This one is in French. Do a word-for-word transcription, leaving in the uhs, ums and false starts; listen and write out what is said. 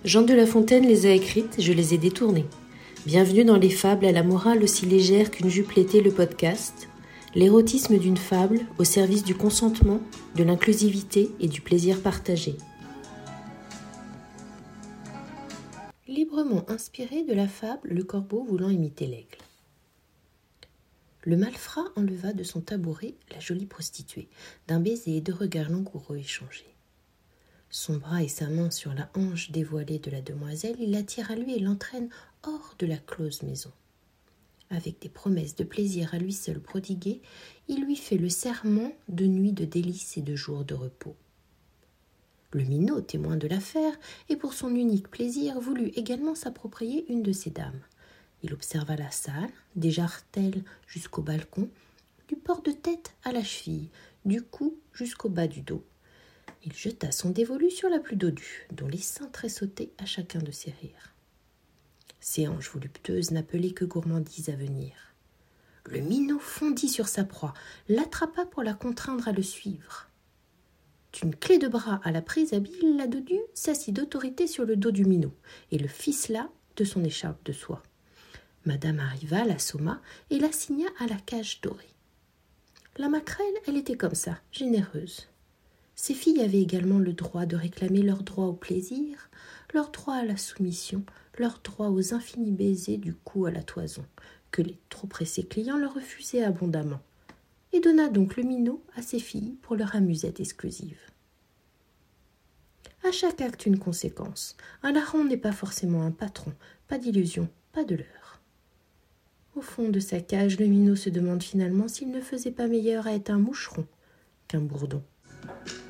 Jean de La Fontaine les a écrites, je les ai détournées. Bienvenue dans les fables à la morale aussi légère qu'une jupe l'était, le podcast. L'érotisme d'une fable au service du consentement, de l'inclusivité et du plaisir partagé. Librement inspiré de la fable Le corbeau voulant imiter l'aigle. Le malfrat enleva de son tabouret la jolie prostituée, d'un baiser et de regards langoureux échangés. Son bras et sa main sur la hanche dévoilée de la demoiselle, il l'attire à lui et l'entraîne hors de la close maison. Avec des promesses de plaisir à lui seul prodiguées, il lui fait le serment de nuits de délices et de jours de repos. Le minot, témoin de l'affaire, et pour son unique plaisir, voulut également s'approprier une de ces dames. Il observa la salle, des jarretelles jusqu'au balcon, du port de tête à la cheville, du cou jusqu'au bas du dos. Il jeta son dévolu sur la plus dodue, dont les seins tressautaient à chacun de ses rires. Ses hanches voluptueuses n'appelaient que gourmandise à venir. Le minot fondit sur sa proie, l'attrapa pour la contraindre à le suivre. D'une clé de bras à la prise habile, la dodue s'assit d'autorité sur le dos du minot et le ficela de son écharpe de soie. Madame arriva, l'assomma et l'assigna à la cage dorée. La maquerelle, elle était comme ça, généreuse. Ces filles avaient également le droit de réclamer leur droit au plaisir, leur droit à la soumission, leur droit aux infinis baisers du cou à la toison, que les trop pressés clients leur refusaient abondamment, et donna donc le minot à ses filles pour leur amusette exclusive. À chaque acte une conséquence. Un larron n'est pas forcément un patron, pas d'illusion, pas de leurre. Au fond de sa cage, le minot se demande finalement s'il ne faisait pas meilleur à être un moucheron qu'un bourdon.